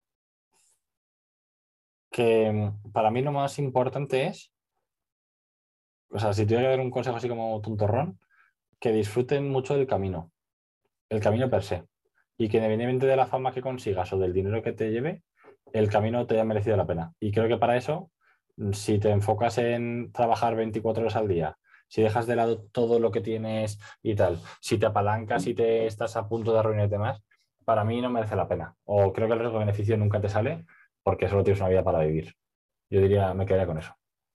que mm, para mí lo más importante es, o sea, si tuviera que dar un consejo así como tontorrón, que disfruten mucho del camino, el camino per se. Y que independientemente de la fama que consigas o del dinero que te lleve, el camino te haya merecido la pena. Y creo que para eso, mm, si te enfocas en trabajar veinticuatro horas al día, si dejas de lado todo lo que tienes y tal, si te apalancas y te estás a punto de arruinar y demás, para mí no merece la pena. O creo que el riesgo-beneficio nunca te sale porque solo tienes una vida para vivir. Yo diría, me quedaría con eso.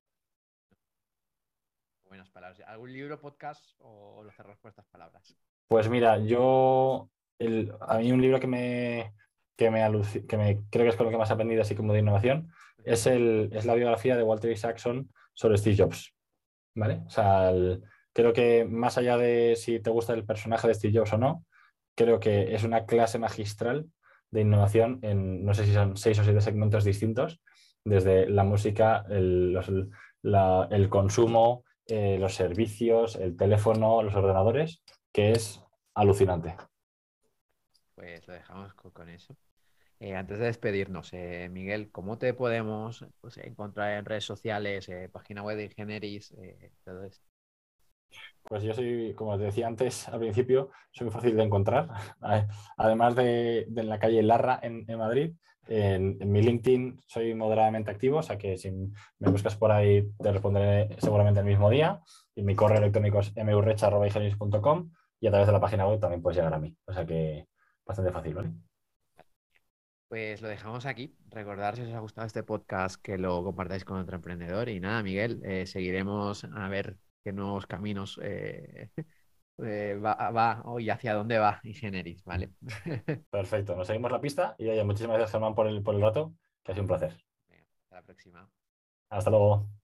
Buenas palabras. ¿Algún libro, podcast o lo cerramos por estas palabras? Pues mira, yo, el- a mí un libro que me, que me, aluci- que me creo que es con lo que más he aprendido, así como de innovación, es, el, es la biografía de Walter Isaacson sobre Steve Jobs, ¿vale? O sea, el- creo que más allá de si te gusta el personaje de Steve Jobs o no, creo que es una clase magistral de innovación en, no sé si son seis o siete segmentos distintos, desde la música, el, los- la- el consumo, eh, los servicios, el teléfono, los ordenadores, que es alucinante. Pues lo dejamos co- con eso. Eh, antes de despedirnos, eh, Miguel, ¿cómo te podemos pues, encontrar en redes sociales, eh, página web de Ingenieris, eh, todo esto? Pues yo soy, como te decía antes al principio, soy muy fácil de encontrar. Además de, de en la calle Larra en, en Madrid, en, en mi LinkedIn soy moderadamente activo, o sea que si me buscas por ahí te responderé seguramente el mismo día. Y mi correo electrónico es m u recha arroba ingenieris punto com y a través de la página web también puedes llegar a mí. O sea que bastante fácil, ¿vale? Pues lo dejamos aquí. Recordar si os ha gustado este podcast que lo compartáis con otro emprendedor. Y nada, Miguel, eh, seguiremos a ver qué nuevos caminos eh, eh, va, va o y hacia dónde va Ingenieris, ¿vale? Perfecto, nos seguimos la pista y oye, muchísimas gracias, Germán, por el, por el rato, que ha sido un placer. Venga, hasta la próxima. Hasta luego.